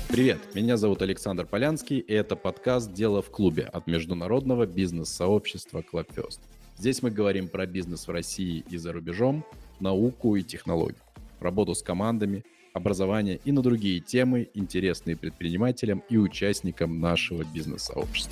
Привет, меня зовут Александр Полянский, и это подкаст «Дело в клубе» от международного бизнес-сообщества Clubfest. Здесь мы говорим про бизнес в России и за рубежом, науку и технологии, работу с командами, образование и на другие темы, интересные предпринимателям и участникам нашего бизнес-сообщества.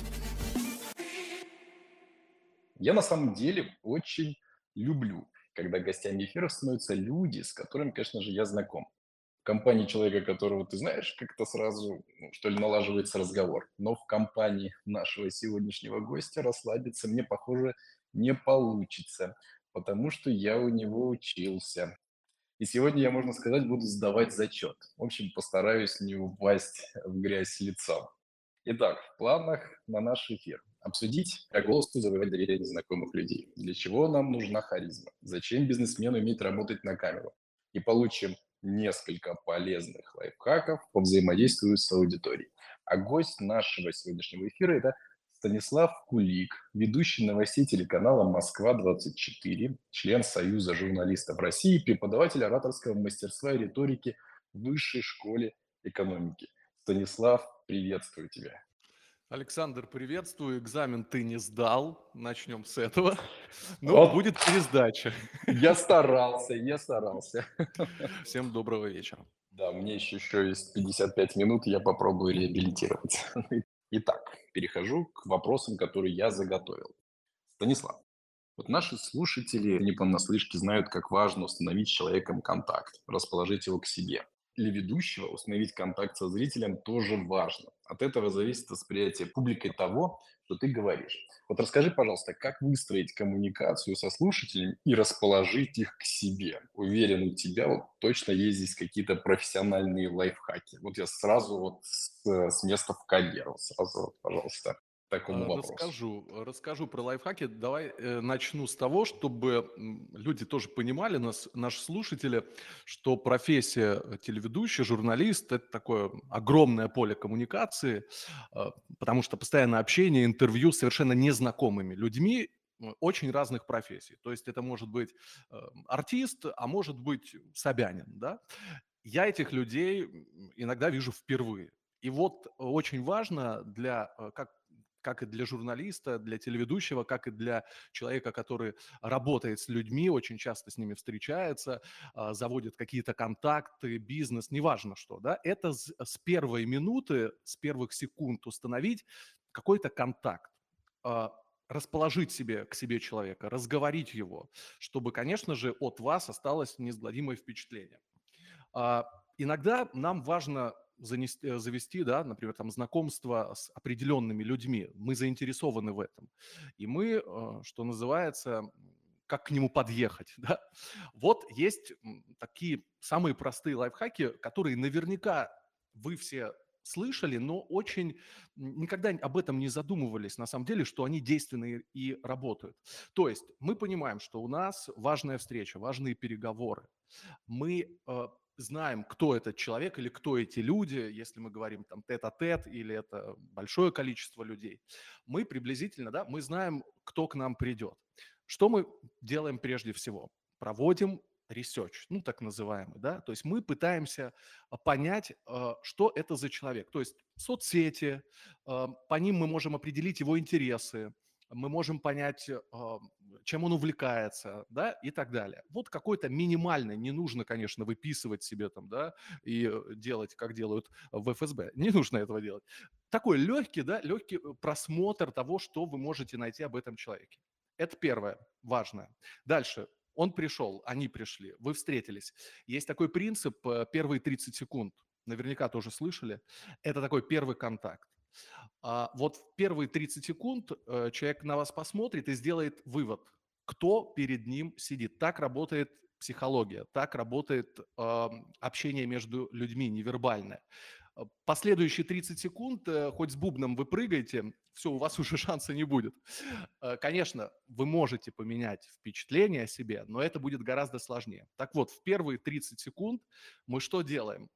Я на самом деле очень люблю, когда гостями эфира становятся люди, с которыми, конечно же, я знаком. В компании человека, которого ты знаешь, как-то сразу, что ли, налаживается разговор. Но в компании нашего сегодняшнего гостя расслабиться мне, похоже, не получится, потому что я у него учился. И сегодня я, можно сказать, буду сдавать зачет. В общем, постараюсь не упасть в грязь лицом. Итак, в планах на наш эфир обсудить, как голосу завоевать доверие незнакомых людей. Для чего нам нужна харизма? Зачем бизнесмену уметь работать на камеру? И получим несколько полезных лайфхаков по взаимодействию с аудиторией. А гость нашего сегодняшнего эфира – это Станислав Кулик, ведущий новостей телеканала «Москва-24», член Союза журналистов России, преподаватель ораторского мастерства и риторики в Высшей школе экономики. Станислав, приветствую тебя. Александр, приветствую. Экзамен ты не сдал. Начнем с этого. Ну, Вот будет пересдача. я старался, я старался. Всем доброго вечера. Да, мне еще есть 55 минут, я попробую реабилитировать. Итак, перехожу к вопросам, которые я заготовил. Станислав, вот наши слушатели не понаслышке знают, как важно установить с человеком контакт, расположить его к себе. Для ведущего установить контакт со зрителем тоже важно. От этого зависит восприятие публикой того, что ты говоришь. Вот расскажи, пожалуйста, как выстроить коммуникацию со слушателями и расположить их к себе? Уверен, у тебя вот точно есть здесь какие-то профессиональные лайфхаки. Вот я сразу вот с места в карьеру, сразу, вот, пожалуйста, к такому вопросу. Расскажу про лайфхаки. Давай начну с того, чтобы люди тоже понимали, наши слушатели, что профессия телеведущий, журналист – это такое огромное поле коммуникации, потому что постоянное общение, интервью с совершенно незнакомыми людьми, очень разных профессий. То есть это может быть артист, а может быть Собянин, да? Я этих людей иногда вижу впервые. И вот очень важно как и для журналиста, для телеведущего, как и для человека, который работает с людьми, очень часто с ними встречается, заводит какие-то контакты, бизнес, неважно что, да, это с первой минуты, с первых секунд установить какой-то контакт, а, расположить к себе человека, разговорить его, чтобы, конечно же, от вас осталось неизгладимое впечатление. А, Иногда нам важно завести, да, например, там, знакомство с определенными людьми. Мы заинтересованы в этом. И мы, что называется, как к нему подъехать, да? Вот есть такие самые простые лайфхаки, которые наверняка вы все слышали, но очень никогда об этом не задумывались, на самом деле, что они действенны и работают. То есть мы понимаем, что у нас важная встреча, важные переговоры. Мы знаем, кто этот человек или кто эти люди, если мы говорим там тет-а-тет или это большое количество людей, мы приблизительно, да, мы знаем, кто к нам придет. Что мы делаем прежде всего? Проводим research, ну, так называемый, да, то есть мы пытаемся понять, что это за человек, то есть соцсети, по ним мы можем определить его интересы, мы можем понять, чем он увлекается, да, и так далее. Вот какой-то минимальный, не нужно, конечно, выписывать себе там, да, и делать, как делают в ФСБ, не нужно этого делать. Такой легкий, да, легкий просмотр того, что вы можете найти об этом человеке. Это первое, важное. Дальше, он пришел, они пришли, вы встретились. Есть такой принцип, первые 30 секунд, наверняка тоже слышали, это такой первый контакт. Вот в первые 30 секунд человек на вас посмотрит и сделает вывод, кто перед ним сидит. Так работает психология, так работает общение между людьми невербальное. Последующие 30 секунд, хоть с бубном вы прыгаете, все, у вас уже шанса не будет. Конечно, вы можете поменять впечатление о себе, но это будет гораздо сложнее. Так вот, в первые 30 секунд мы что делаем?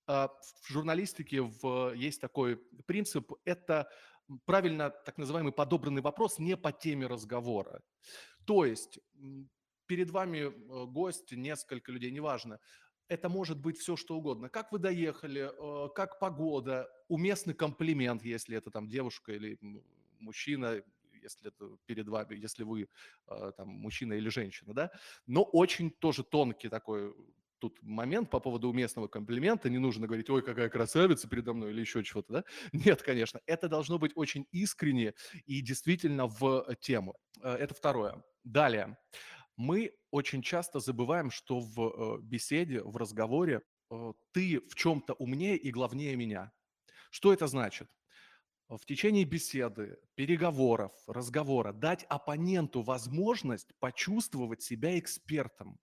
В журналистике есть такой принцип – это правильно так называемый подобранный вопрос не по теме разговора. То есть перед вами гость, несколько людей, неважно. Это может быть все, что угодно. Как вы доехали, как погода, уместный комплимент, если это там девушка или мужчина, если это перед вами, если вы там мужчина или женщина, да. Но очень тоже тонкий такой тут момент по поводу уместного комплимента. Не нужно говорить: ой, какая красавица передо мной или еще чего-то, да. Нет, конечно, это должно быть очень искренне и действительно в тему. Это второе. Далее. Мы очень часто забываем, что в беседе, в разговоре ты в чем-то умнее и главнее меня. Что это значит? В течение беседы, переговоров, разговора дать оппоненту возможность почувствовать себя экспертом.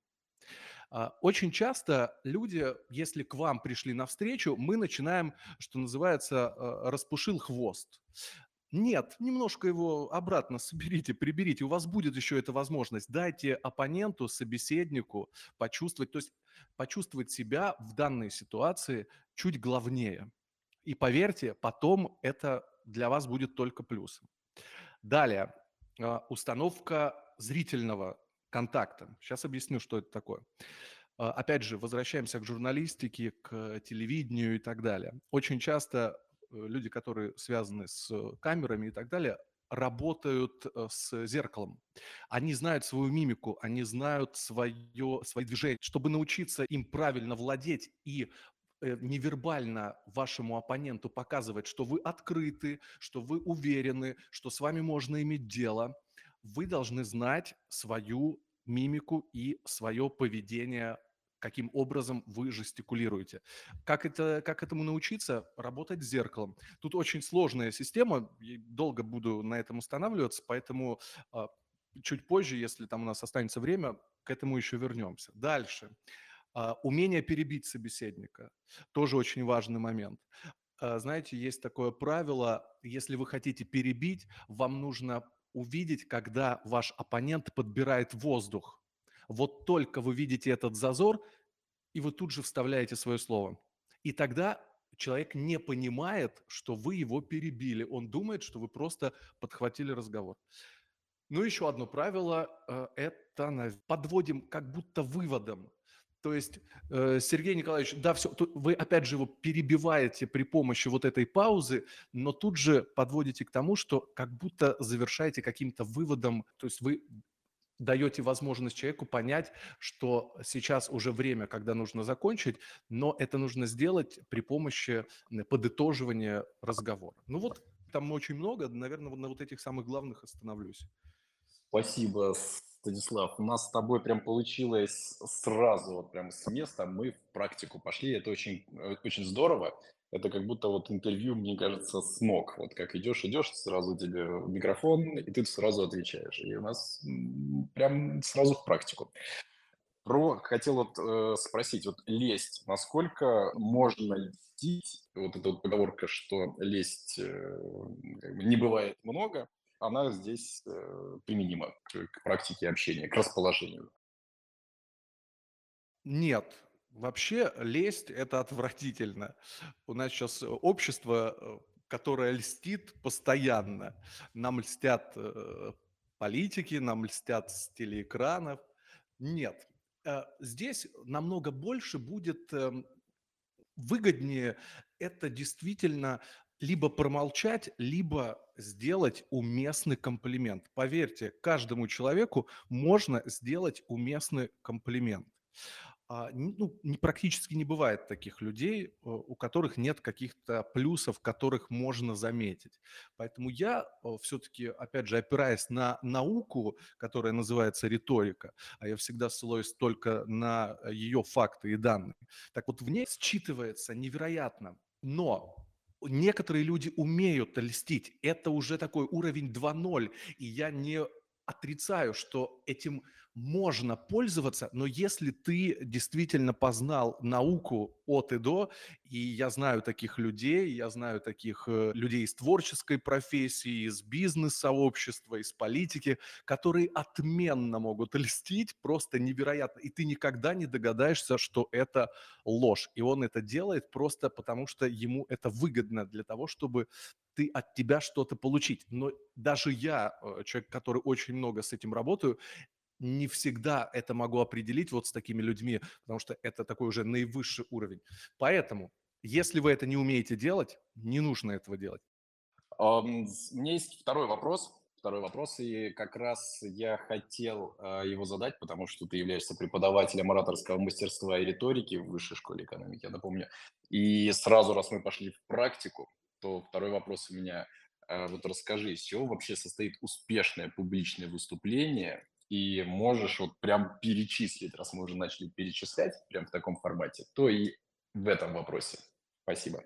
Очень часто люди, если к вам пришли навстречу, мы начинаем, что называется, распушил хвост. Нет, немножко его обратно соберите, приберите. У вас будет еще эта возможность. Дайте оппоненту, собеседнику почувствовать, то есть почувствовать себя в данной ситуации чуть главнее. И поверьте, потом это для вас будет только плюсом. Далее, установка зрительного контакта. Сейчас объясню, что это такое. Опять же, возвращаемся к журналистике, к телевидению и так далее. Очень часто люди, которые связаны с камерами и так далее, работают с зеркалом. Они знают свою мимику, они знают свои движения. Чтобы научиться им правильно владеть и невербально вашему оппоненту показывать, что вы открыты, что вы уверены, что с вами можно иметь дело, вы должны знать свою мимику и свое поведение, каким образом вы жестикулируете. Как этому научиться? Работать с зеркалом. Тут очень сложная система, и долго буду на этом останавливаться, поэтому а, чуть позже, если там у нас останется время, к этому еще вернемся. Дальше. Умение перебить собеседника. Тоже очень важный момент. Знаете, есть такое правило, если вы хотите перебить, вам нужно увидеть, когда ваш оппонент подбирает воздух. Вот только вы видите этот зазор, и вы тут же вставляете свое слово. И тогда человек не понимает, что вы его перебили. Он думает, что вы просто подхватили разговор. Ну, еще одно правило, это подводим как будто выводом. То есть, Сергей Николаевич, да, все, вы опять же его перебиваете при помощи вот этой паузы, но тут же подводите к тому, что как будто завершаете каким-то выводом, то есть вы даете возможность человеку понять, что сейчас уже время, когда нужно закончить, но это нужно сделать при помощи подытоживания разговора. Ну вот, там очень много, наверное, вот на вот этих самых главных остановлюсь. Спасибо, Станислав. У нас с тобой прям получилось сразу, вот прям с места мы в практику пошли. Это очень, очень здорово. Это как будто вот интервью, мне кажется, смог. Вот как идешь, сразу тебе микрофон, и ты сразу отвечаешь. И у нас прям сразу в практику. Хотел вот спросить, вот лесть, насколько можно льстить, вот эта вот поговорка, что лесть как бы не бывает много, она здесь применима к практике общения, к расположению. Нет, вообще лесть – это отвратительно. У нас сейчас общество, которое льстит постоянно. Нам льстят политики, нам льстят с телеэкранов. Нет, здесь намного больше будет выгоднее это действительно либо промолчать, либо сделать уместный комплимент. Поверьте, каждому человеку можно сделать уместный комплимент. Практически не бывает таких людей, у которых нет каких-то плюсов, которых можно заметить. Поэтому я все-таки, опять же, опираясь на науку, которая называется риторика, а я всегда ссылаюсь только на ее факты и данные, так вот в ней считывается невероятно. Но некоторые люди умеют льстить. Это уже такой уровень 2.0. И я не отрицаю, что этим можно пользоваться, но если ты действительно познал науку от и до, и я знаю таких людей, я знаю таких людей из творческой профессии, из бизнес-сообщества, из политики, которые отменно могут льстить, просто невероятно, и ты никогда не догадаешься, что это ложь, и он это делает просто потому, что ему это выгодно для того, чтобы от тебя что-то получить. Но даже я, человек, который очень много с этим работаю, не всегда это могу определить вот с такими людьми, потому что это такой уже наивысший уровень. Поэтому, если вы это не умеете делать, не нужно этого делать. У меня есть второй вопрос. Второй вопрос, и как раз я хотел его задать, потому что ты являешься преподавателем ораторского мастерства и риторики в Высшей школе экономики, я напомню. И сразу, раз мы пошли в практику, то второй вопрос у меня. Вот расскажи, из чего вообще состоит успешное публичное выступление? И можешь вот прям перечислить, раз мы уже начали перечислять, прям в таком формате, то и в этом вопросе. Спасибо.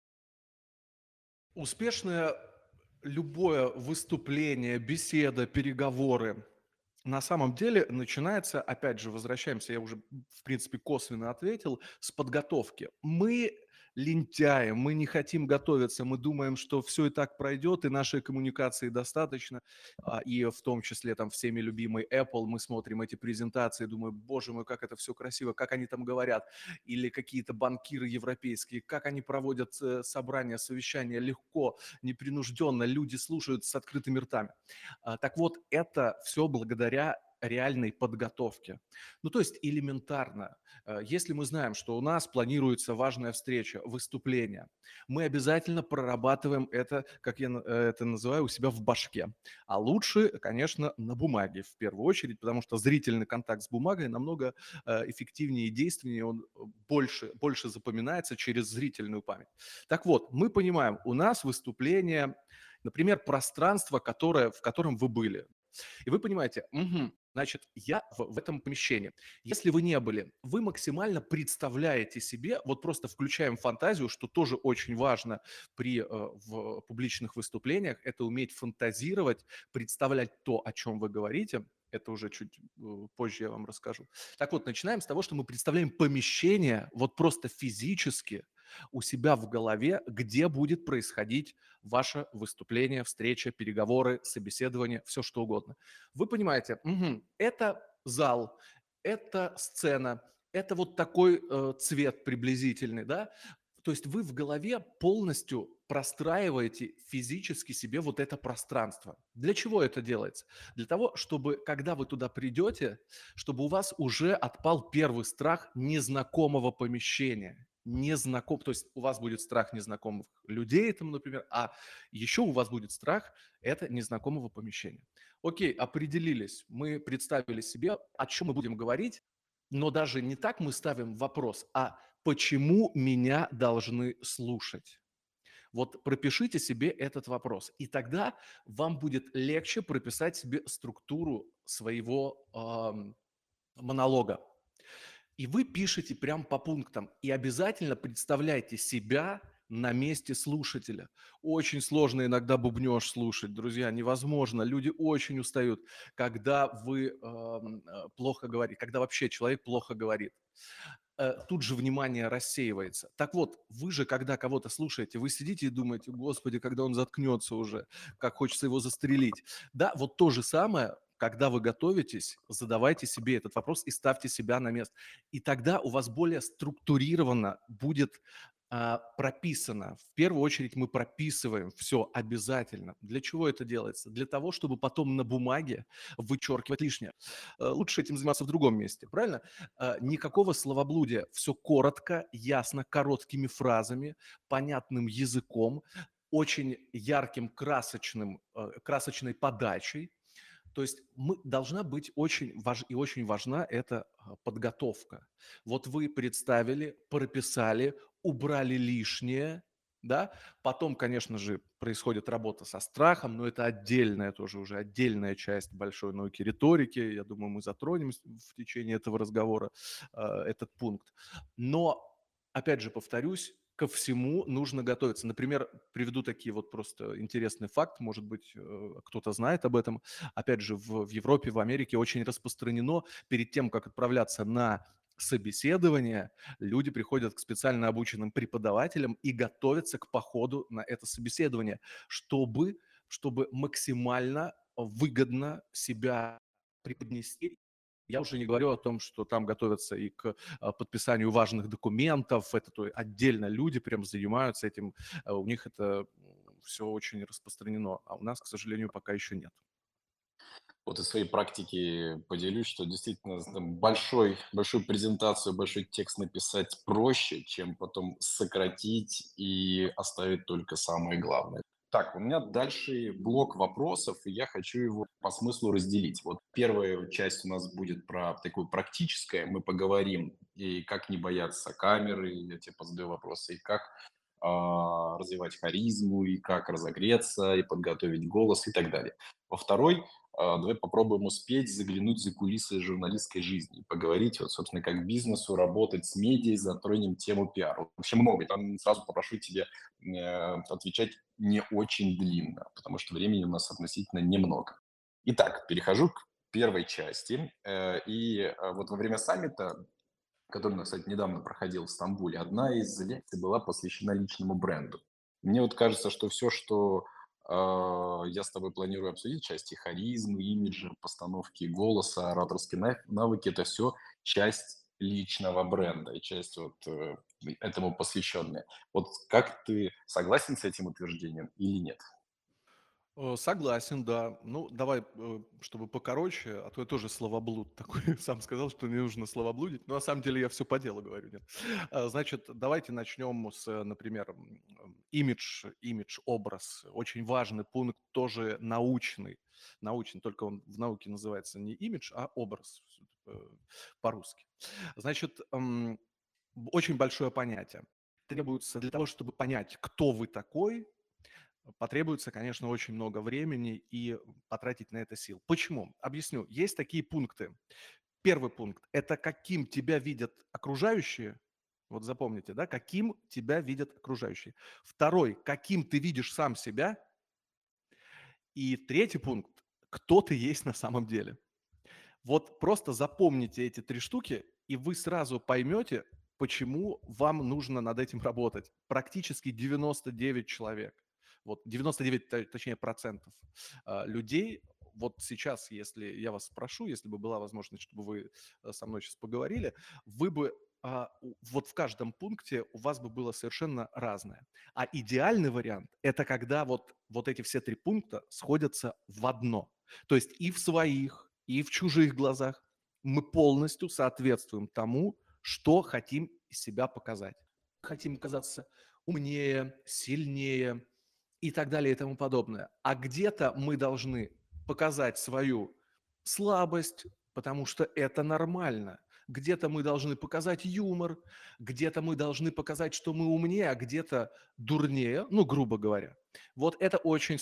Успешное любое выступление, беседа, переговоры на самом деле начинается, опять же, возвращаемся, я уже, в принципе, косвенно ответил, с подготовки. Мы лентяи, мы не хотим готовиться, мы думаем, что все и так пройдет, и нашей коммуникации достаточно, и в том числе там всеми любимый Apple, мы смотрим эти презентации, думаем, боже мой, как это все красиво, как они там говорят, или какие-то банкиры европейские, как они проводят собрания, совещания легко, непринужденно, люди слушают с открытыми ртами. Так вот, это все благодаря реальной подготовке. Ну, то есть элементарно. Если мы знаем, что у нас планируется важная встреча, выступление, мы обязательно прорабатываем это, как я это называю, у себя в башке. А лучше, конечно, на бумаге в первую очередь, потому что зрительный контакт с бумагой намного эффективнее и действеннее, он больше запоминается через зрительную память. Так вот, мы понимаем, у нас выступление, например, пространство, в котором вы были. И вы понимаете, значит, я в этом помещении. Если вы не были, вы максимально представляете себе, вот просто включаем фантазию, что тоже очень важно в публичных выступлениях, это уметь фантазировать, представлять то, о чем вы говорите. Это уже чуть позже я вам расскажу. Так вот, начинаем с того, что мы представляем помещение, вот просто физически у себя в голове, где будет происходить ваше выступление, встреча, переговоры, собеседование, все что угодно. Вы понимаете, это зал, это сцена, это вот такой цвет приблизительный, да? То есть вы в голове полностью простраиваете физически себе вот это пространство. Для чего это делается? Для того, чтобы, когда вы туда придете, чтобы у вас уже отпал первый страх незнакомого помещения. То есть у вас будет страх незнакомых людей, там, например, а еще у вас будет страх это незнакомого помещения. Окей, определились, мы представили себе, о чем мы будем говорить, но даже не так мы ставим вопрос, а почему меня должны слушать? Вот пропишите себе этот вопрос, и тогда вам будет легче прописать себе структуру своего монолога. И вы пишете прям по пунктам. И обязательно представляйте себя на месте слушателя. Очень сложно иногда бубнёж слушать, друзья, невозможно. Люди очень устают, когда вы плохо говорите, когда вообще человек плохо говорит. Тут же внимание рассеивается. Так вот, вы же, когда кого-то слушаете, вы сидите и думаете, господи, когда он заткнется уже, как хочется его застрелить. Да, вот то же самое, когда вы готовитесь, задавайте себе этот вопрос и ставьте себя на место. И тогда у вас более структурированно будет прописано. В первую очередь мы прописываем все обязательно. Для чего это делается? Для того, чтобы потом на бумаге вычеркивать лишнее. Лучше этим заниматься в другом месте, правильно? Никакого словоблудия. Все коротко, ясно, короткими фразами, понятным языком, очень ярким, красочной подачей. То есть должна быть очень важна эта подготовка. Вот вы представили, прописали, убрали лишнее, да, потом, конечно же, происходит работа со страхом, но это отдельная тоже уже отдельная часть большой науки риторики. Я думаю, мы затронем в течение этого разговора этот пункт. Но, опять же, повторюсь, ко всему нужно готовиться. Например, приведу такие вот просто интересный факт, может быть, кто-то знает об этом. Опять же, в Европе, в Америке очень распространено перед тем, как отправляться на собеседование, люди приходят к специально обученным преподавателям и готовятся к походу на это собеседование, чтобы максимально выгодно себя преподнести. Я уже не говорю о том, что там готовятся и к подписанию важных документов. Это отдельно люди прям занимаются этим. У них это все очень распространено, а у нас, к сожалению, пока еще нет. Вот из своей практики поделюсь, что действительно там большую презентацию, большой текст написать проще, чем потом сократить и оставить только самое главное. Так, у меня дальше блок вопросов, и я хочу его по смыслу разделить. Вот первая часть у нас будет про такое практическое. Мы поговорим, и как не бояться камеры, я тебе позадаю вопросы, и как развивать харизму, и как разогреться, и подготовить голос, и так далее. Во второй давай попробуем успеть заглянуть за кулисы журналистской жизни, поговорить, вот, собственно, как бизнесу работать с медиа, затронем тему пиара. Вообще много, и там сразу попрошу тебя отвечать не очень длинно, потому что времени у нас относительно немного. Итак, перехожу к первой части. Вот во время саммита, который, кстати, недавно проходил в Стамбуле, одна из лекций была посвящена личному бренду. Мне вот кажется, что все, что я с тобой планирую обсудить, части харизмы, имиджа, постановки голоса, ораторские навыки, это все часть личного бренда и часть этому посвященная. Вот как ты согласен с этим утверждением или нет? Согласен, да. Ну, давай, чтобы покороче, а то я тоже словоблуд такой, сам сказал, что не нужно словоблудить, но на самом деле я все по делу говорю, нет. Значит, давайте начнем с, например, имидж, образ. Очень важный пункт, тоже научный, только он в науке называется не имидж, а образ э, по-русски. Значит, очень большое понятие. Требуется для того, чтобы понять, кто вы такой, потребуется, конечно, очень много времени и потратить на это сил. Почему? Объясню. Есть такие пункты. Первый пункт– это каким тебя видят окружающие. Вот запомните, да, каким тебя видят окружающие. Второй– каким ты видишь сам себя. И третий пункт– кто ты есть на самом деле. Вот просто запомните эти три штуки, и вы сразу поймете, почему вам нужно над этим работать. Практически 99 человек, вот 99, точнее, процентов людей, вот сейчас, если я вас спрошу, если бы была возможность, чтобы вы со мной сейчас поговорили, вы бы вот в каждом пункте у вас бы было совершенно разное. А идеальный вариант– это когда вот эти все три пункта сходятся в одно. То есть и в своих, и в чужих глазах мы полностью соответствуем тому, что хотим из себя показать. Хотим казаться умнее, сильнее и так далее и тому подобное. А где-то мы должны показать свою слабость, потому что это нормально. Где-то мы должны показать юмор, где-то мы должны показать, что мы умнее, а где-то дурнее, ну, грубо говоря. Вот это очень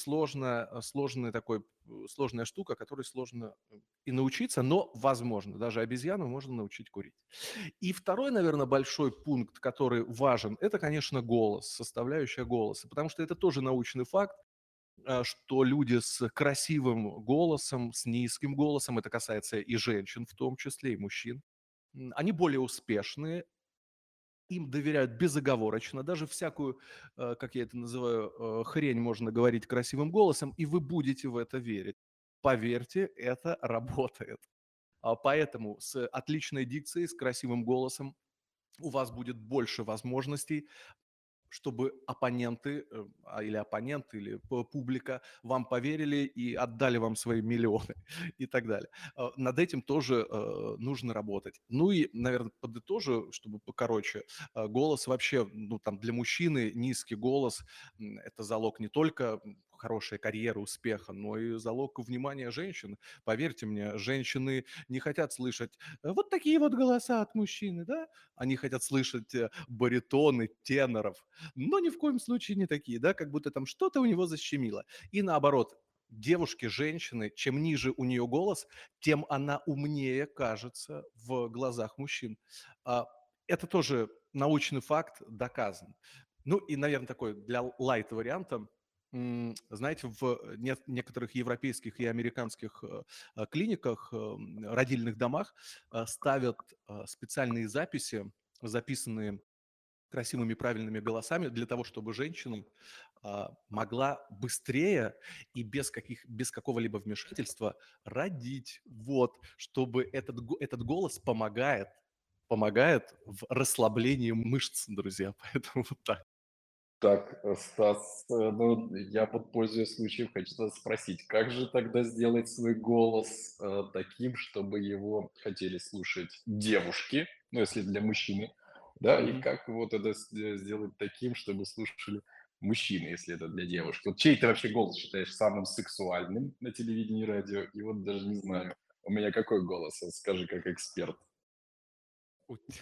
сложная штука, которой сложно и научиться, но возможно. Даже обезьяну можно научить курить. И второй, наверное, большой пункт, который важен, это, конечно, голос, составляющая голоса, потому что это тоже научный факт, что люди с красивым голосом, с низким голосом, это касается и женщин в том числе, и мужчин, они более успешные, им доверяют безоговорочно, даже всякую, как я это называю, хрень можно говорить красивым голосом, и вы будете в это верить. Поверьте, это работает. Поэтому с отличной дикцией, с красивым голосом у вас будет больше возможностей, чтобы оппоненты, или публика вам поверили и отдали вам свои миллионы и так далее. Над этим тоже нужно работать. Ну и, наверное, подытожу, чтобы покороче. Голос вообще, ну там для мужчины низкий голос– это залог не только хорошей карьеры, успеха, но и залог внимания женщин. Поверьте мне, женщины не хотят слышать вот такие вот голоса от мужчины, да? Они хотят слышать баритоны теноров, но ни в коем случае не такие, да, как будто там что-то у него защемило. И наоборот, девушки, женщины, чем ниже у нее голос, тем она умнее кажется в глазах мужчин. А, Это тоже научный факт, доказан. Ну и, наверное, такой для лайт-варианта, знаете, в некоторых европейских и американских клиниках, родильных домах ставят специальные записи, записанные красивыми, правильными голосами для того, чтобы женщина могла быстрее и без какого-либо вмешательства родить. Вот, чтобы этот голос помогает в расслаблении мышц, друзья. Поэтому вот так. Так, Стас, ну, я вот, пользуясь случаем, хочу тебя спросить, как же тогда сделать свой голос таким, чтобы его хотели слушать девушки, ну, если для мужчины, да, и Мгм. как вот это сделать таким, чтобы слушали мужчины, если это для девушки? Вот чей ты вообще голос считаешь самым сексуальным на телевидении и радио? И вот даже не знаю, у меня какой голос, вот скажи как эксперт. У те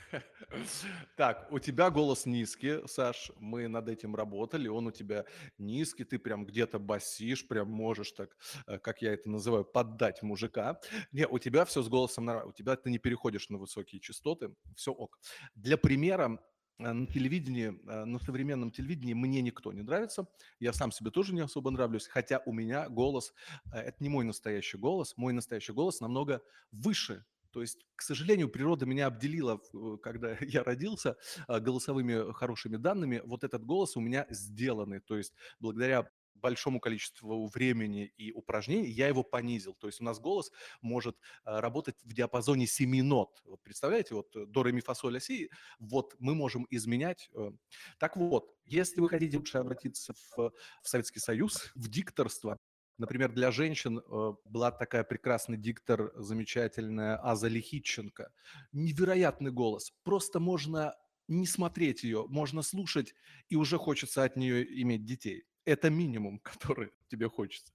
Так, у тебя голос низкий, Саш, мы над этим работали, он у тебя низкий, ты прям где-то басишь, прям можешь так, как я это называю, поддать мужика. Не, у тебя все с голосом нормально, у тебя ты не переходишь на высокие частоты, все ок. Для примера, на телевидении, на современном телевидении мне никто не нравится, я сам себе тоже не особо нравлюсь, хотя у меня голос, это не мой настоящий голос намного выше. То есть, к сожалению, природа меня обделила, когда я родился, голосовыми хорошими данными. Вот этот голос у меня сделанный. То есть благодаря большому количеству времени и упражнений я его понизил. То есть у нас голос может работать в диапазоне 7 нот. Вот представляете, вот до, ре, ми, фа, соль, ля, си, вот мы можем изменять. Так вот, если вы хотите лучше обратиться в Советский Союз, в дикторство, например, для женщин была такая прекрасный диктор, замечательная Аза Лихитченко. Невероятный голос. Просто можно не смотреть ее, можно слушать, и уже хочется от нее иметь детей. Это минимум, который тебе хочется.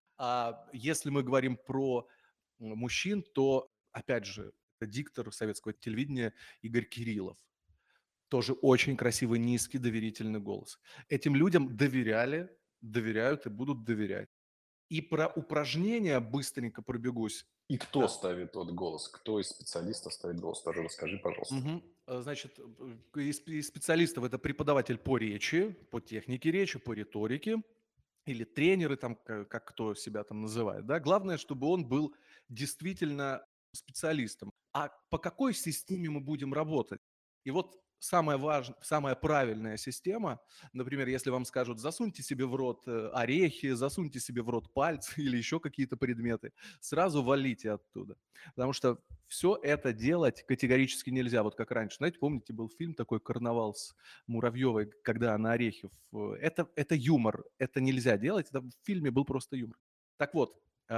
А если мы говорим про мужчин, то, опять же, это диктор советского телевидения Игорь Кириллов. Тоже очень красивый, низкий, доверительный голос. Этим людям доверяли, доверяют и будут доверять. И про упражнения быстренько пробегусь. И кто Да. ставит тот голос? Кто из специалистов ставит голос? Тоже расскажи, пожалуйста. Мгм. Значит, из специалистов это преподаватель по речи, по технике речи, по риторике или тренеры, там, как кто себя там называет, да. Главное, чтобы он был действительно специалистом. А по какой системе мы будем работать? И вот самая важная, самая правильная система, например, если вам скажут, засуньте себе в рот орехи, засуньте себе в рот пальцы или еще какие-то предметы, сразу валите оттуда. Потому что все это делать категорически нельзя. Вот как раньше, знаете, помните, был фильм такой «Карнавал» с Муравьевой, когда она орехи. Это юмор, это нельзя делать. Это в фильме был просто юмор. Так вот,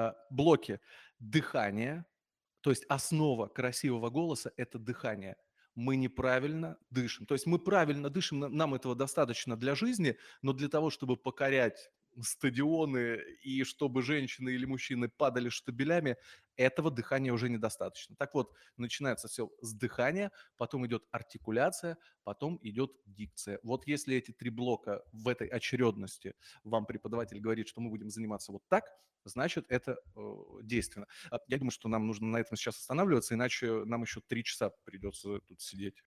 блоки дыхания, то есть основа красивого голоса – это дыхание. Мы неправильно дышим. То есть мы правильно дышим, нам этого достаточно для жизни, но для того, чтобы покорять стадионы и чтобы женщины или мужчины падали штабелями, этого дыхания уже недостаточно. Так вот, начинается все с дыхания, потом идет артикуляция, потом идет дикция. Вот если эти три блока в этой очередности вам преподаватель говорит, что мы будем заниматься вот так, значит, это действенно. Я думаю, что нам нужно на этом сейчас останавливаться, иначе нам еще 3 часа придется тут сидеть.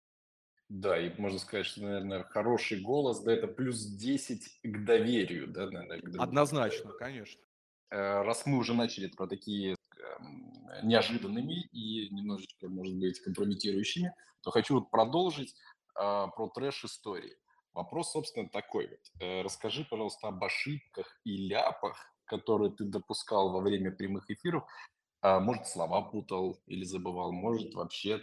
Да, и можно сказать, что, наверное, хороший голос, да, это плюс 10 к доверию, да, наверное, к другому Однозначно, человеку. конечно. Раз мы уже начали про такие неожиданными и немножечко, может быть, компрометирующими, то хочу вот продолжить про трэш-истории. Вопрос, собственно, такой вот. Расскажи, пожалуйста, об ошибках и ляпах, которые ты допускал во время прямых эфиров, может, слова путал или забывал, может, вообще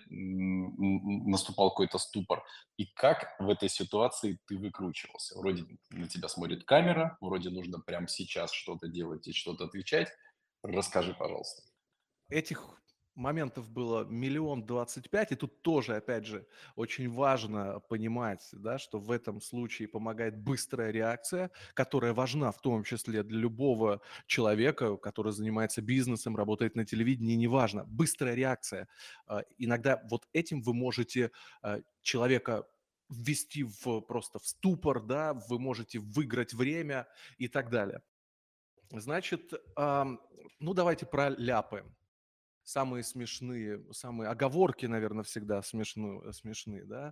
наступал какой-то ступор. И как в этой ситуации ты выкручивался? Вроде на тебя смотрит камера, вроде нужно прямо сейчас что-то делать и что-то отвечать. Расскажи, пожалуйста. Этих моментов было 1 025 000, и тут тоже, опять же, очень важно понимать, да, что в этом случае помогает быстрая реакция, которая важна в том числе для любого человека, который занимается бизнесом, работает на телевидении, неважно. Быстрая реакция. Иногда вот этим вы можете человека ввести просто в ступор, да, вы можете выиграть время и так далее. Значит, ну давайте про ляпы. Самые смешные, самые оговорки, наверное, всегда смешные, да.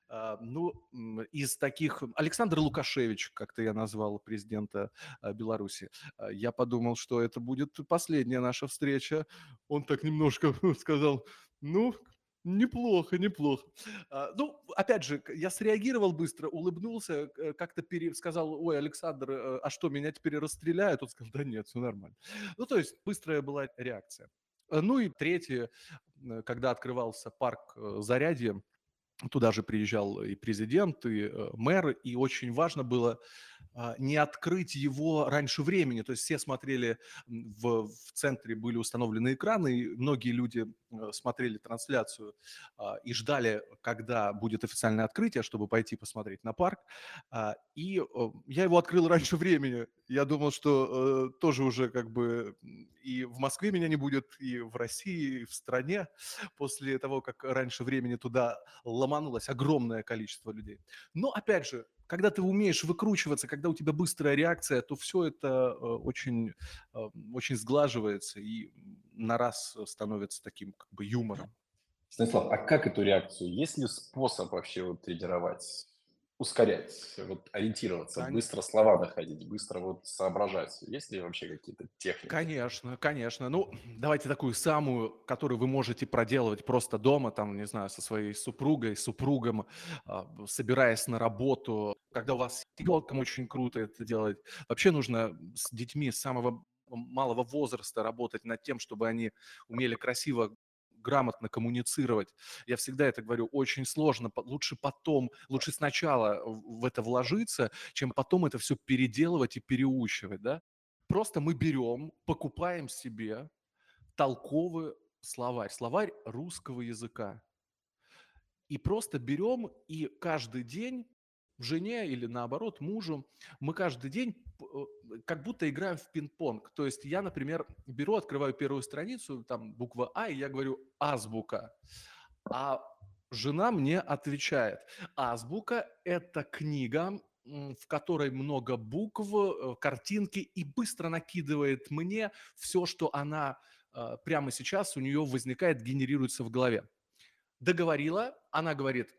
Из таких Александр Лукашевич, как-то я назвал президента Беларуси. Я подумал, что это будет последняя наша встреча. Он так немножко сказал: "Ну, неплохо, неплохо". Ну, опять же, я среагировал быстро, улыбнулся, как-то сказал: "Ой, Александр, а что, меня теперь расстреляют?" Он сказал: "Да нет, все нормально". Ну, то есть быстрая была реакция. Ну и третье, когда открывался парк Зарядье, Туда же приезжал и президент, и мэр, и очень важно было не открыть его раньше времени. То есть все смотрели, в центре были установлены экраны, и многие люди смотрели трансляцию и ждали, когда будет официальное открытие, чтобы пойти посмотреть на парк. И я его открыл раньше времени. Я думал, что тоже уже как бы и в Москве меня не будет, и в России, и в стране после того, как раньше времени туда ломанулось огромное количество людей. Но опять же, когда ты умеешь выкручиваться, когда у тебя быстрая реакция, то все это очень сглаживается и на раз становится таким как бы юмором. Станислав, а как эту реакцию? Есть ли способ вообще вот тренировать, ускорять, вот ориентироваться, Кон- быстро слова находить, быстро вот соображать? Есть ли вообще какие-то техники? Конечно, конечно. Ну, давайте такую самую, которую вы можете проделывать просто дома, там, не знаю, со своей супругой, супругом, собираясь на работу, когда у вас с ребенком очень круто это делать. Вообще нужно с детьми с самого малого возраста работать над тем, чтобы они умели красиво грамотно коммуницировать. Я всегда это говорю, очень сложно, лучше потом, лучше сначала в это вложиться, чем потом это все переделывать и переучивать, да? Просто мы берем, покупаем себе толковый словарь, словарь русского языка. И просто берем и каждый день жене или наоборот мужу, мы каждый день как будто играем в пинг-понг. То есть я, например, беру, открываю первую страницу, там буква А, и я говорю азбука. А жена мне отвечает: азбука – это книга, в которой много букв, картинки, и быстро накидывает мне все, что она прямо сейчас у нее возникает, генерируется в голове. Договорила, она говорит,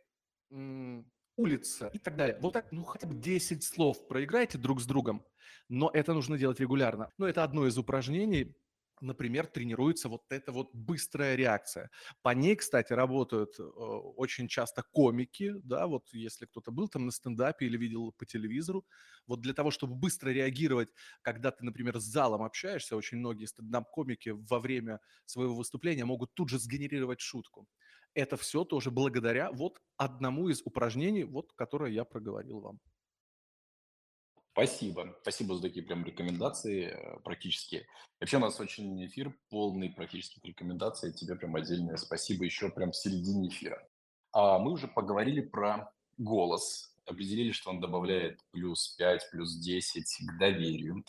улица и так далее. Вот так, ну, хотя бы 10 слов проиграйте друг с другом, но это нужно делать регулярно. Но это одно из упражнений, например, тренируется вот эта вот быстрая реакция. По ней, кстати, работают очень часто комики, да, вот если кто-то был там на стендапе или видел по телевизору, вот для того, чтобы быстро реагировать, когда ты, например, с залом общаешься, очень многие стендап-комики во время своего выступления могут тут же сгенерировать шутку. Это все тоже благодаря вот одному из упражнений, вот которое я проговорил вам. Спасибо. Спасибо за такие прям рекомендации практические. Вообще у нас очень эфир полный практических рекомендаций. Тебе прям отдельное спасибо еще прям в середине эфира. А мы уже поговорили про голос. Определили, что он добавляет плюс 5, плюс 10 к доверию.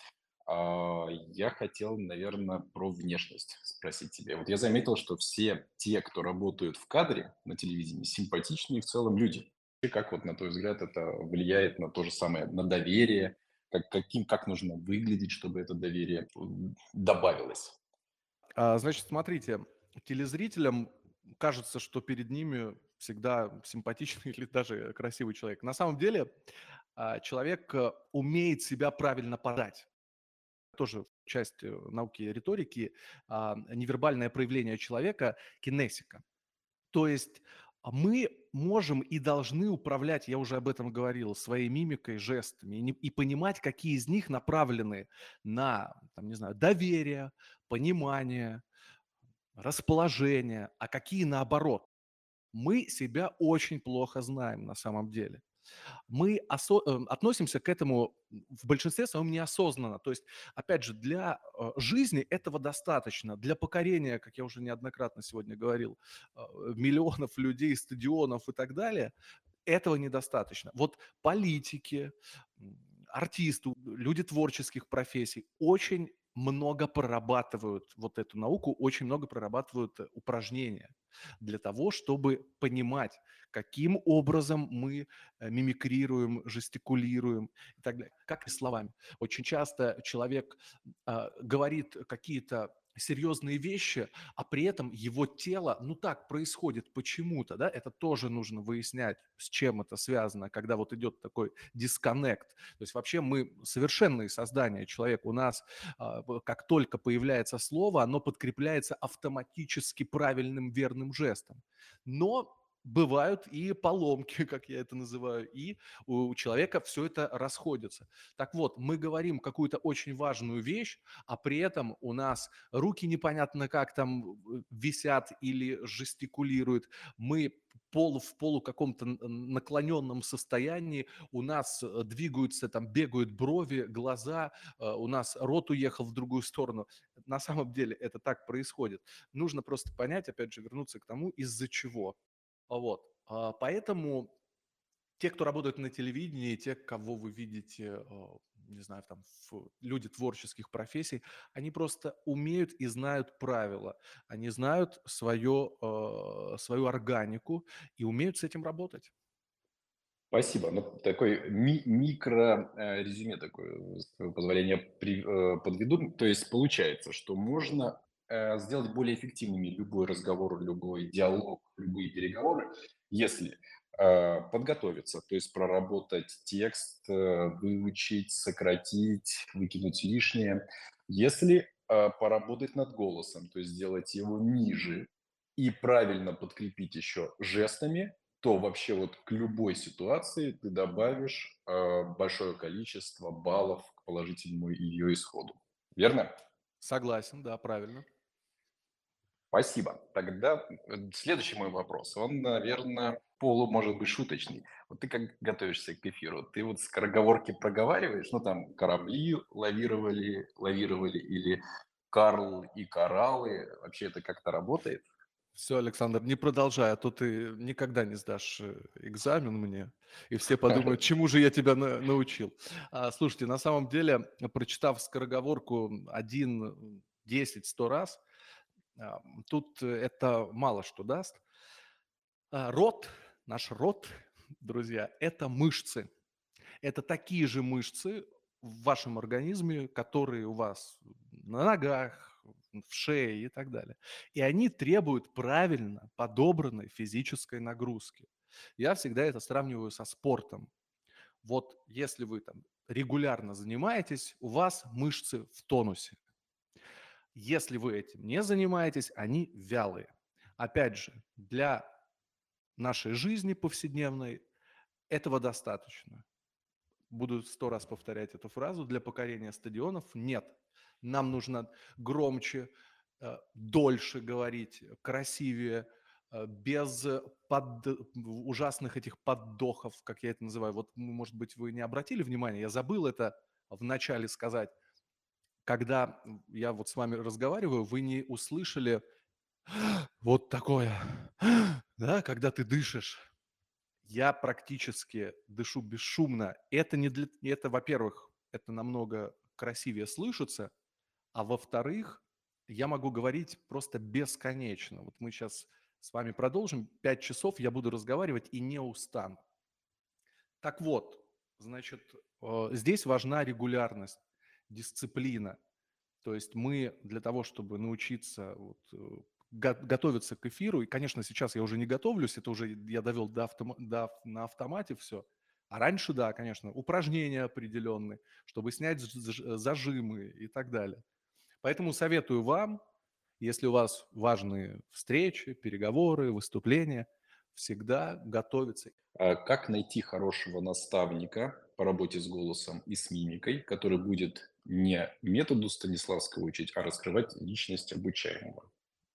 Я хотел, наверное, про внешность спросить тебя. Вот я заметил, что все те, кто работают в кадре на телевидении, симпатичные в целом люди. И как вот, на твой взгляд, это влияет на то же самое, на доверие, как нужно выглядеть, чтобы это доверие добавилось? Значит, смотрите, телезрителям кажется, что перед ними всегда симпатичный или даже красивый человек. На самом деле, человек умеет себя правильно подать. Тоже часть науки риторики, невербальное проявление человека, кинесика. То есть мы можем и должны управлять, я уже об этом говорил, своей мимикой, жестами и понимать, какие из них направлены на, там, не знаю, доверие, понимание, расположение, а какие наоборот. Мы себя очень плохо знаем на самом деле. Мы относимся к этому в большинстве своем неосознанно. То есть, опять же, для жизни этого достаточно. Для покорения, как я уже неоднократно сегодня говорил, миллионов людей, стадионов и так далее, этого недостаточно. Вот политики, артисты, люди творческих профессий очень много прорабатывают вот эту науку, очень много прорабатывают упражнения для того, чтобы понимать, каким образом мы мимикрируем, жестикулируем и так далее. Как и словами. Очень часто человек говорит какие-то серьезные вещи, а при этом его тело, ну так происходит почему-то, да, это тоже нужно выяснять, с чем это связано, когда вот идет такой дисконнект. То есть вообще мы совершенные создания, человек у нас, как только появляется слово, оно подкрепляется автоматически правильным верным жестом. Но бывают и поломки, как я это называю, и у человека все это расходится. Так вот, мы говорим какую-то очень важную вещь, а при этом у нас руки непонятно как там висят или жестикулируют. Мы в полу каком-то наклоненном состоянии, у нас двигаются, там, бегают брови, глаза, у нас рот уехал в другую сторону. На самом деле это так происходит. Нужно просто понять, опять же, вернуться к тому, из-за чего. Вот. Поэтому те, кто работает на телевидении, те, кого вы видите, не знаю, там, люди творческих профессий, они просто умеют и знают правила. Они знают свою органику и умеют с этим работать. Спасибо. Ну, такой микро резюме такое, с твоего позволения, подведу. То есть получается, что можно сделать более эффективными любой разговор, любой диалог, любые переговоры, если подготовиться, то есть проработать текст, выучить, сократить, выкинуть лишнее. Если поработать над голосом, то есть сделать его ниже и правильно подкрепить еще жестами, то вообще вот к любой ситуации ты добавишь большое количество баллов к положительному ее исходу. Верно? Согласен, да, правильно. Спасибо. Тогда следующий мой вопрос, он, наверное, может быть шуточный. Вот ты как готовишься к эфиру? Ты вот скороговорки проговариваешь? Ну, там, корабли лавировали, или Карл и кораллы. Вообще это как-то работает? Все, Александр, не продолжай, а то ты никогда не сдашь экзамен мне, и все подумают, чему же я тебя научил. Слушайте, на самом деле, прочитав скороговорку 1, 10, 100 раз, тут это мало что даст. Рот, наш рот, друзья, это мышцы. Это такие же мышцы в вашем организме, которые у вас на ногах, в шее и так далее. И они требуют правильно подобранной физической нагрузки. Я всегда это сравниваю со спортом. Вот если вы там регулярно занимаетесь, у вас мышцы в тонусе. Если вы этим не занимаетесь, они вялые. Опять же, для нашей жизни повседневной этого достаточно. Буду 100 раз повторять эту фразу, для покорения стадионов нет. Нам нужно громче, дольше говорить, красивее, без ужасных этих поддохов, как я это называю. Вот, может быть, вы не обратили внимания, я забыл это в начале сказать. Когда я вот с вами разговариваю, вы не услышали вот такое, да, когда ты дышишь. Я практически дышу бесшумно. Это не для это, во-первых, это намного красивее слышится, а во-вторых, я могу говорить просто бесконечно. Вот мы сейчас с вами продолжим 5 часов, я буду разговаривать и не устану. Так вот, значит, здесь важна регулярность, дисциплина. То есть мы для того, чтобы научиться вот, готовиться к эфиру, и, конечно, сейчас я уже не готовлюсь, это уже я довел на автомате все. А раньше, да, конечно, упражнения определенные, чтобы снять зажимы и так далее. Поэтому советую вам, если у вас важные встречи, переговоры, выступления, всегда готовиться. Как найти хорошего наставника по работе с голосом и с мимикой, который будет не методу Станиславского учить, а раскрывать личность обучаемого?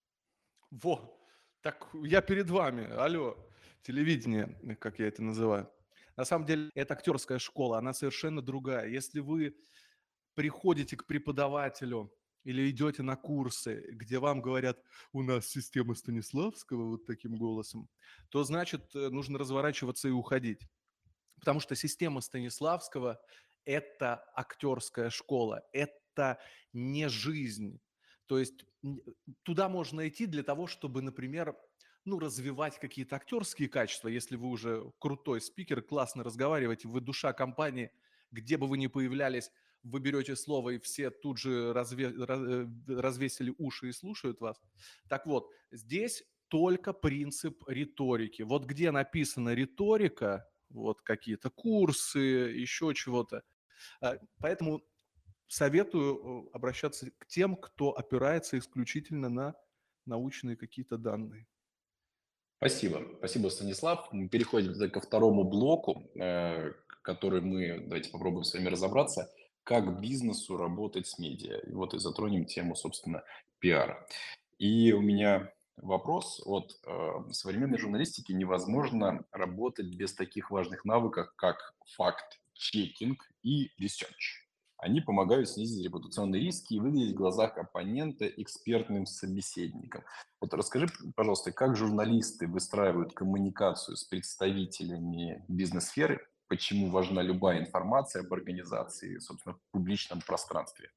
Во, так я перед вами, алло, телевидение, как я это называю. На самом деле, это актерская школа, она совершенно другая. Если вы приходите к преподавателю или идете на курсы, где вам говорят, у нас система Станиславского вот таким голосом, то значит, нужно разворачиваться и уходить. Потому что система Станиславского – это актерская школа, это не жизнь. То есть туда можно идти для того, чтобы, например, ну, развивать какие-то актерские качества. Если вы уже крутой спикер, классно разговариваете, вы душа компании, где бы вы ни появлялись, вы берете слово, и все тут же развесили уши и слушают вас. Так вот, здесь только принцип риторики. Вот где написана риторика, вот какие-то курсы, еще чего-то. Поэтому советую обращаться к тем, кто опирается исключительно на научные какие-то данные. Спасибо. Спасибо, Станислав. Мы переходим тогда ко второму блоку, который мы, давайте попробуем с вами разобраться, как бизнесу работать с медиа. И вот и затронем тему, собственно, пиара. И у меня вопрос. В современной журналистике невозможно работать без таких важных навыков, как факт-чекинг и ресерч. Они помогают снизить репутационные риски и выглядеть в глазах оппонента экспертным собеседником. Вот расскажи, пожалуйста, как журналисты выстраивают коммуникацию с представителями бизнес-сферы, почему важна любая информация об организации, собственно, в публичном пространстве?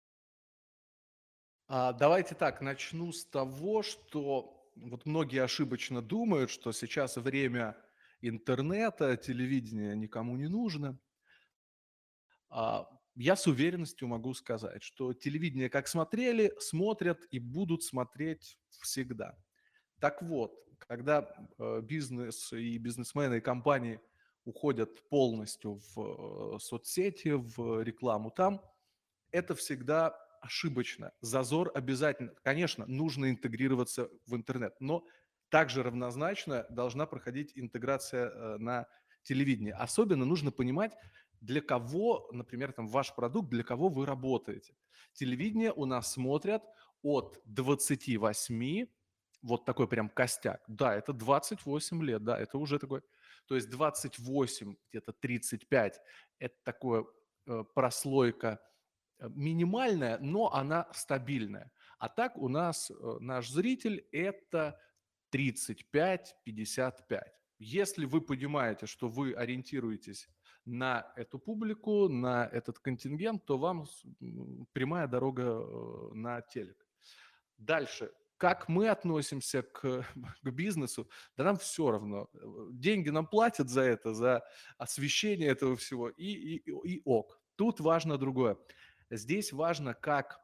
Давайте так, начну с того, что вот многие ошибочно думают, что сейчас время интернета, телевидения никому не нужно. Я с уверенностью могу сказать, что телевидение как смотрели, смотрят и будут смотреть всегда. Так вот, когда бизнес и бизнесмены и компании уходят полностью в соцсети, в рекламу там, это всегда ошибочно. Зазор обязательно. Конечно, нужно интегрироваться в интернет, но также равнозначно должна проходить интеграция на телевидении. Особенно нужно понимать, для кого, например, там ваш продукт, для кого вы работаете. Телевидение у нас смотрят от 28, вот такой прям костяк. Да, это 28 лет, да, это уже такой. То есть 28, где-то 35, это такое прослойка минимальная, но она стабильная. А так у нас наш зритель – это 35-55. Если вы понимаете, что вы ориентируетесь на эту публику, на этот контингент, то вам прямая дорога на телек. Дальше. Как мы относимся к бизнесу? Да нам все равно. Деньги нам платят за это, за освещение этого всего, и ок. Тут важно другое. Здесь важно, как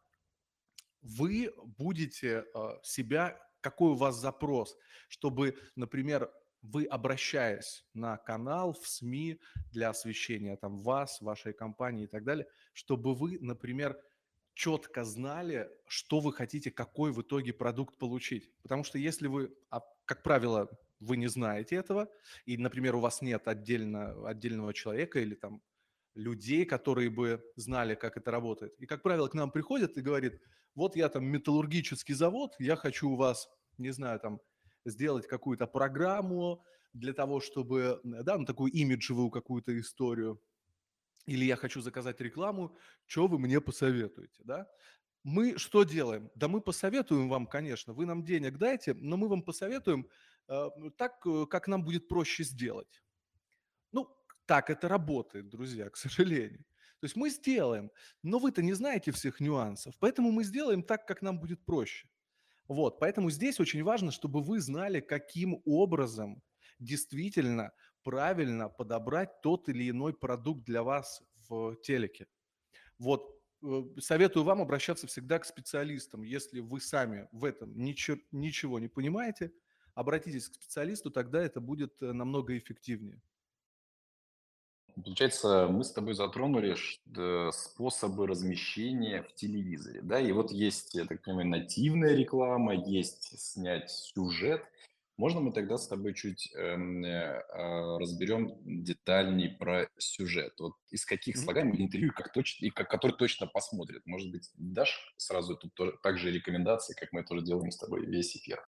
вы будете себя, какой у вас запрос, чтобы, например, вы, обращаясь на канал, в СМИ для освещения там вас, вашей компании и так далее, чтобы вы, например, четко знали, что вы хотите, какой в итоге продукт получить. Потому что если вы, как правило, вы не знаете этого, и, например, у вас нет отдельного человека или там людей, которые бы знали, как это работает. И, как правило, к нам приходят и говорит: вот я там металлургический завод, я хочу у вас, не знаю, там сделать какую-то программу для того, чтобы, да, ну, такую имиджевую какую-то историю, или я хочу заказать рекламу, что вы мне посоветуете, да? Мы что делаем? Да мы посоветуем вам, конечно, вы нам денег дайте, но мы вам посоветуем так, как нам будет проще сделать. Ну, так это работает, друзья, к сожалению. То есть мы сделаем, но вы-то не знаете всех нюансов, поэтому мы сделаем так, как нам будет проще. Вот, поэтому здесь очень важно, чтобы вы знали, каким образом действительно правильно подобрать тот или иной продукт для вас в телеке. Вот, советую вам обращаться всегда к специалистам. Если вы сами в этом ничего не понимаете, обратитесь к специалисту, тогда это будет намного эффективнее. Получается, мы с тобой затронули способы размещения в телевизоре, да, и вот есть, я так понимаю, нативная реклама, есть снять сюжет. Можно мы тогда с тобой чуть разберем детальней про сюжет? Вот из каких слагаем интервью, который точно посмотрит? Может быть, дашь сразу тут также рекомендации, как мы это уже делаем с тобой весь эфир?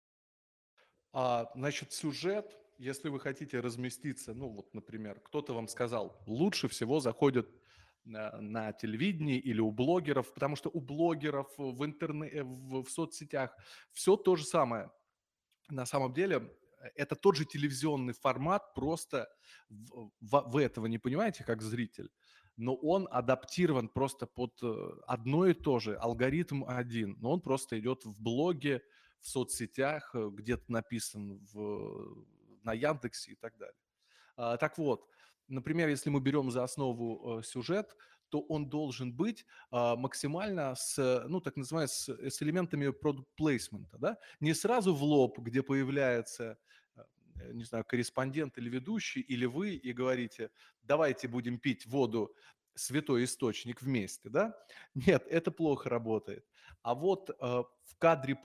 Значит, сюжет, если вы хотите разместиться, ну вот, например, кто-то вам сказал, лучше всего заходят на телевидении или у блогеров, потому что у блогеров в интернете, в соцсетях все то же самое. На самом деле это тот же телевизионный формат, просто вы этого не понимаете как зритель, но он адаптирован просто под одно и то же, алгоритм один, но он просто идет в блоге, в соцсетях, где-то написан на Яндексе и так далее. Так вот, например, если мы берем за основу сюжет, то он должен быть максимально ну, так называемый, с элементами product placement, да? Не сразу в лоб, где появляется, не знаю, корреспондент или ведущий, или вы, и говорите: давайте будем пить воду, святой источник, вместе, да? Нет, это плохо работает. А вот в кадре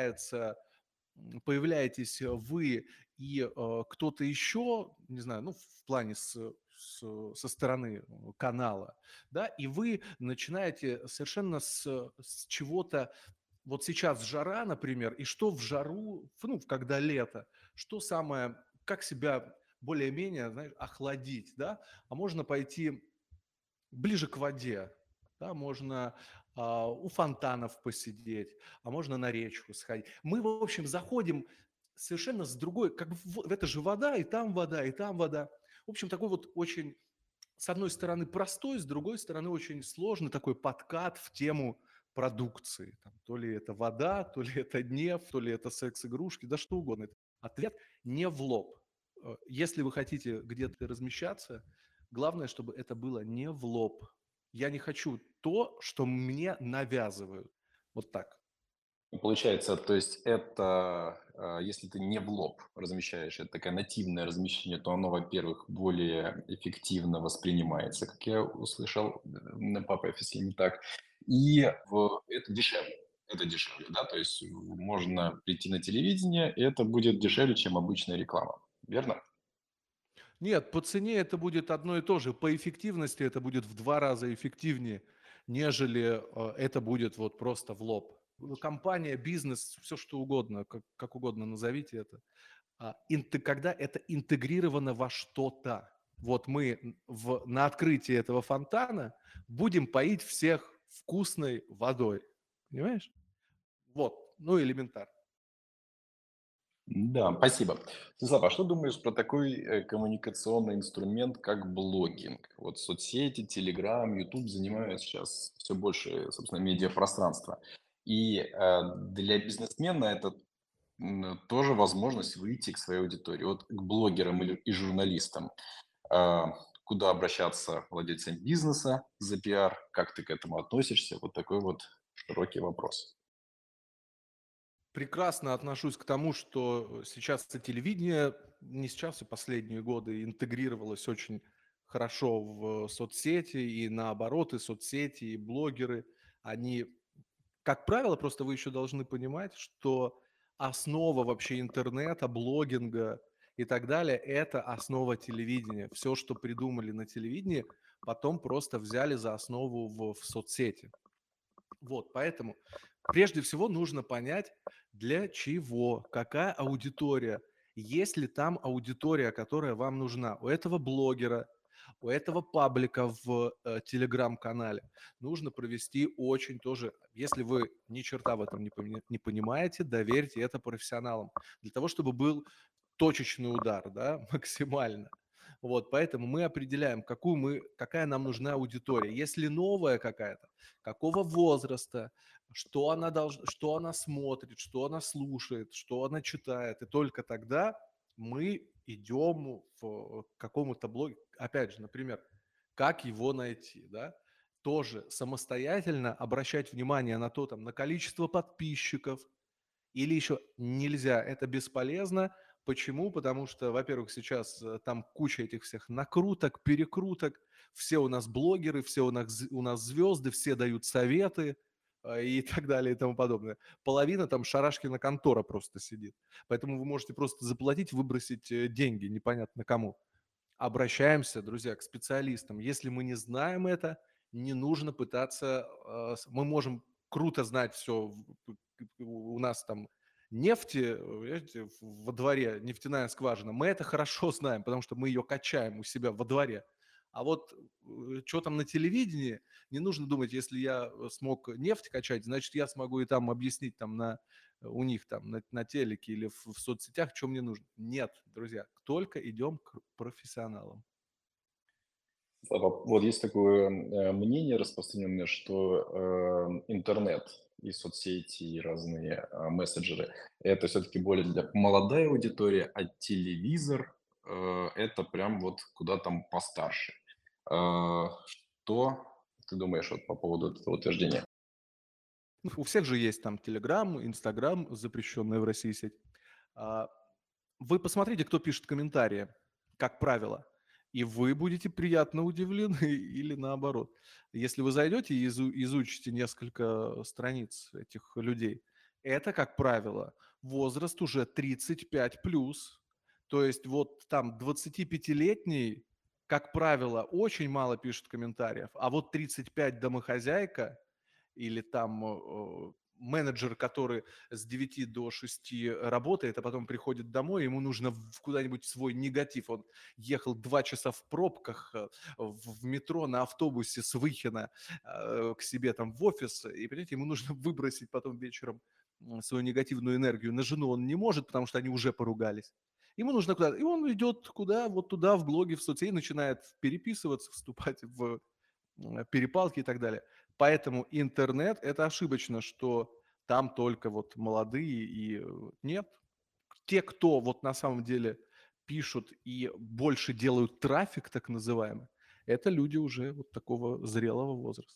появляетесь вы и кто-то еще, не знаю, ну, в плане со стороны канала, да, и вы начинаете совершенно с чего-то Вот сейчас жара, например, и что в жару, ну, когда лето, что самое, как себя более-менее, знаешь, охладить, да? А можно пойти ближе к воде, да, можно у фонтанов посидеть, а можно на речку сходить. Мы, в общем, заходим совершенно с другой, как бы в это же вода, и там вода, и там вода. В общем, такой вот очень, с одной стороны, простой, с другой стороны, очень сложный такой подкат в тему продукции. Там, то ли это вода, то ли это гнев, то ли это секс-игрушки, да что угодно. Ответ не в лоб. Если вы хотите где-то размещаться, главное, чтобы это было не в лоб. Я не хочу то, что мне навязывают. Вот так. Получается, то есть это, если ты не в лоб размещаешь, это такое нативное размещение, то оно, во-первых, более эффективно воспринимается, как я услышал на Папа, если не так, и это дешевле. Это дешевле, да, то есть можно прийти на телевидение, и это будет дешевле, чем обычная реклама. Верно? Нет, по цене это будет одно и то же. По эффективности это будет в 2 раза эффективнее, нежели это будет вот просто в лоб. Компания, бизнес, все что угодно, как угодно назовите это. Когда это интегрировано во что-то. Вот мы на открытии этого фонтана будем поить всех вкусной водой. Понимаешь? Вот, ну элементарно. Да, спасибо. Станислав, а что думаешь про такой коммуникационный инструмент, как блогинг? Вот соцсети, Телеграм, YouTube занимают сейчас все больше, собственно, медиапространства. И для бизнесмена это тоже возможность выйти к своей аудитории. Вот к блогерам и журналистам. А, Куда обращаться владельцам бизнеса за пиар? Как ты к этому относишься? Вот такой вот широкий вопрос. Прекрасно отношусь к тому, что сейчас это телевидение, не сейчас, и последние годы интегрировалось очень хорошо в соцсети, и наоборот, и соцсети, и блогеры, они, как правило, просто вы еще должны понимать, что основа вообще интернета, блогинга и так далее – это основа телевидения. Все, что придумали на телевидении, потом просто взяли за основу в соцсети. Вот, поэтому прежде всего нужно понять, для чего, какая аудитория, есть ли там аудитория, которая вам нужна. У этого блогера, у этого паблика в телеграм-канале нужно провести очень тоже, если вы ни черта в этом не понимаете, доверьте это профессионалам. Для того, чтобы был точечный удар, да, максимально. Вот, поэтому мы определяем, какая нам нужна аудитория. Если новая какая-то, какого возраста, что она смотрит, что она слушает, что она читает. И только тогда мы идем к какому-то блогу. Опять же, например, как его найти, да? Тоже самостоятельно обращать внимание на то, там, на количество подписчиков, или еще нельзя, это бесполезно. Почему? Потому что, во-первых, сейчас там куча этих всех накруток, перекруток, все у нас блогеры, все у нас звезды, все дают советы и так далее и тому подобное. Половина там шарашкина контора просто сидит. Поэтому вы можете просто заплатить, выбросить деньги непонятно кому. Обращаемся, друзья, к специалистам. Если мы не знаем это, не нужно пытаться. Мы можем круто знать все. У нас там нефти, понимаете, во дворе, нефтяная скважина. Мы это хорошо знаем, потому что мы ее качаем у себя во дворе. А вот что там на телевидении, не нужно думать, если я смог нефть качать, значит, я смогу и там объяснить там у них там на телеке или в соцсетях, что мне нужно. Нет, друзья, только идем к профессионалам. Вот есть такое мнение распространенное, что интернет и соцсети, и разные мессенджеры – это все-таки более для молодая аудитория, а телевизор это прям вот куда там постарше. Что ты думаешь вот по поводу этого утверждения? Ну, у всех же есть там Telegram, Instagram, запрещенная в России сеть. А, Вы посмотрите, кто пишет комментарии, как правило, и вы будете приятно удивлены или наоборот. Если вы зайдете и изучите несколько страниц этих людей, это, как правило, возраст уже 35 плюс. То есть вот там 25-летний, как правило, очень мало пишет комментариев, а вот 35 домохозяйка или там менеджер, который с 9 до 6 работает, а потом приходит домой, ему нужно куда-нибудь свой негатив. Он ехал 2 часа в пробках, в метро, на автобусе с Выхина к себе там в офис, и, понимаете, ему нужно выбросить потом вечером свою негативную энергию. На жену он не может, потому что они уже поругались. Ему нужно куда-то. И он идет куда? Вот туда, в блоги, в соцсети, начинает переписываться, вступать в перепалки и так далее. Поэтому интернет – это ошибочно, что там только вот молодые и нет. Те, кто вот на самом деле пишут и больше делают трафик, так называемый, это люди уже вот такого зрелого возраста.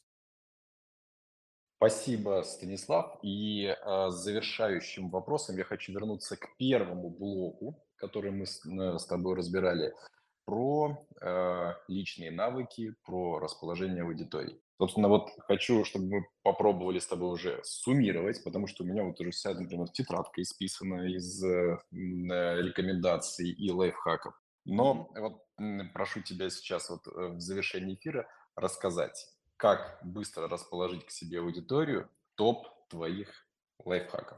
Спасибо, Станислав. И с завершающим вопросом я хочу вернуться к первому блоку, который мы с тобой разбирали, про личные навыки, про расположение аудитории. Собственно, вот хочу, чтобы мы попробовали с тобой уже суммировать, потому что у меня вот уже вся, например, тетрадка исписана из рекомендаций и лайфхаков. Но вот прошу тебя сейчас вот в завершении эфира рассказать, как быстро расположить к себе аудиторию, топ твоих лайфхаков.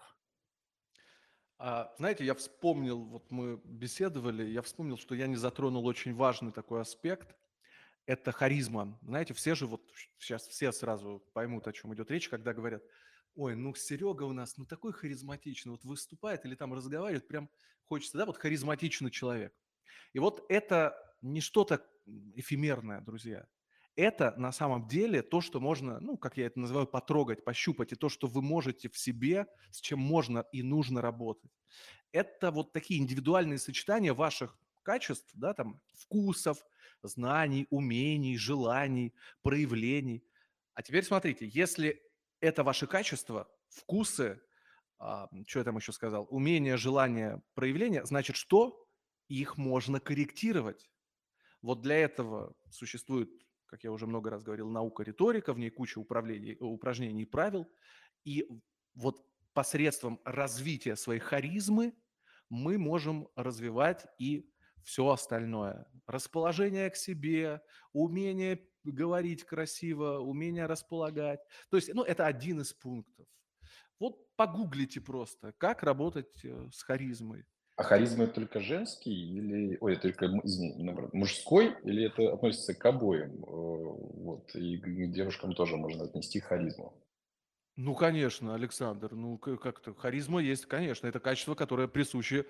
Знаете, я вспомнил, вот мы беседовали, я вспомнил, что я не затронул очень важный такой аспект. Это харизма. Знаете, все же вот сейчас все сразу поймут, о чем идет речь, когда говорят: ой, ну Серега у нас, ну такой харизматичный, вот выступает или там разговаривает, прям хочется, да, вот харизматичный человек. И вот это не что-то эфемерное, друзья. Это на самом деле то, что можно, ну, как я это называю, потрогать, пощупать, и то, что вы можете в себе, с чем можно и нужно работать. Это вот такие индивидуальные сочетания ваших качеств, да, там, вкусов, знаний, умений, желаний, проявлений. А теперь смотрите, если это ваши качества, вкусы, что я там еще сказал, умения, желания, проявления, значит, что? Их можно корректировать. Вот для этого существует, как я уже много раз говорил, наука риторика, в ней куча упражнений и правил. И вот посредством развития своей харизмы мы можем развивать и все остальное. Расположение к себе, умение говорить красиво, умение располагать. То есть, ну, это один из пунктов. Вот погуглите просто, как работать с харизмой. А харизма это только женский или, ой, это только, извини, наоборот, мужской или это относится к обоим? Вот, и к девушкам тоже можно отнести харизму. Ну, конечно, Александр, ну как-то харизма есть, конечно, это качество, которое присуще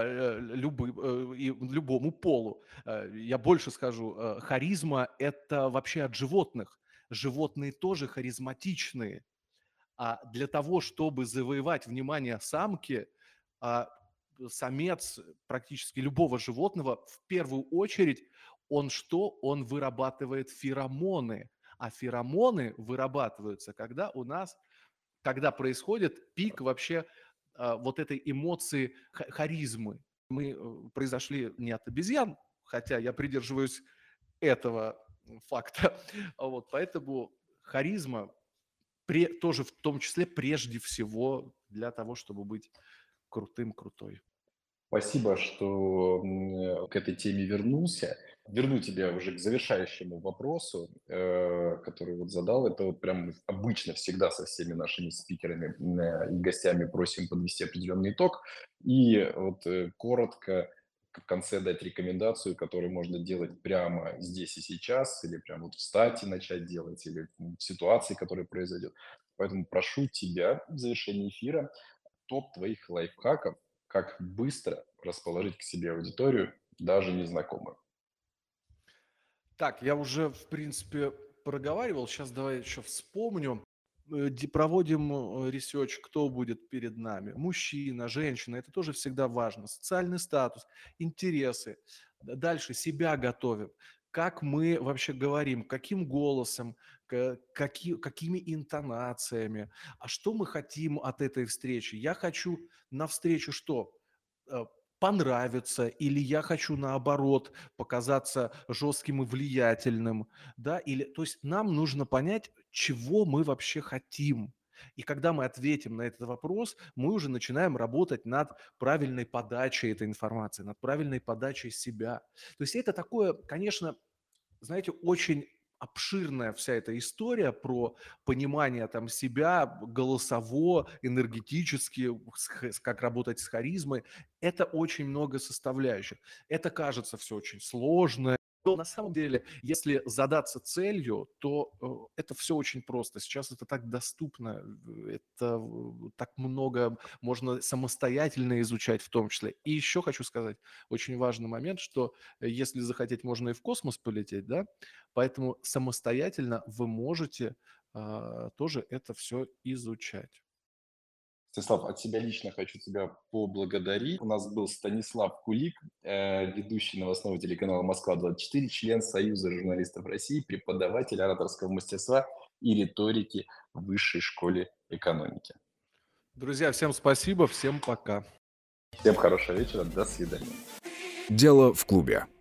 и любому полу. Я больше скажу, харизма – это вообще от животных. Животные тоже харизматичные. А для того, чтобы завоевать внимание самки, а, самец практически любого животного, в первую очередь, он что? Он вырабатывает феромоны. А феромоны вырабатываются, когда происходит пик вообще вот этой эмоции харизмы. Мы произошли не от обезьян, хотя я придерживаюсь этого факта. Вот, поэтому харизма тоже в том числе прежде всего для того, чтобы быть крутым, крутой. Спасибо, что к этой теме вернулся. Верну тебя уже к завершающему вопросу, который вот задал. Это вот прям мы обычно всегда со всеми нашими спикерами и гостями просим подвести определенный итог. И вот коротко в конце дать рекомендацию, которую можно делать прямо здесь и сейчас, или прямо вот встать и начать делать, или в ситуации, которая произойдет. Поэтому прошу тебя в завершении эфира топ твоих лайфхаков, как быстро расположить к себе аудиторию, даже незнакомую. Так, я уже, в принципе, проговаривал. Сейчас давай еще вспомню. Проводим ресерч, кто будет перед нами. Мужчина, женщина, это тоже всегда важно. Социальный статус, интересы. Дальше себя готовим. Как мы вообще говорим, каким голосом, какими интонациями, а что мы хотим от этой встречи. Я хочу навстречу что? Э, Понравиться, или я хочу наоборот показаться жестким и влиятельным, да, или, то есть нам нужно понять, чего мы вообще хотим. И когда мы ответим на этот вопрос, мы уже начинаем работать над правильной подачей этой информации, над правильной подачей себя. То есть это такое, конечно, знаете, очень обширная вся эта история про понимание там себя голосово, энергетически, как работать с харизмой. Это очень много составляющих. Это кажется все очень сложно. Но на самом деле, если задаться целью, то это все очень просто. Сейчас это так доступно, это так много можно самостоятельно изучать в том числе. И еще хочу сказать очень важный момент, что если захотеть, можно и в космос полететь, да, поэтому самостоятельно вы можете тоже это все изучать. Станислав, от себя лично хочу тебя поблагодарить. У нас был Станислав Кулик, ведущий новостного телеканала «Москва-24», член Союза журналистов России, преподаватель ораторского мастерства и риторики в Высшей школе экономики. Друзья, всем спасибо, всем пока. Всем хорошего вечера, до свидания. Дело в клубе.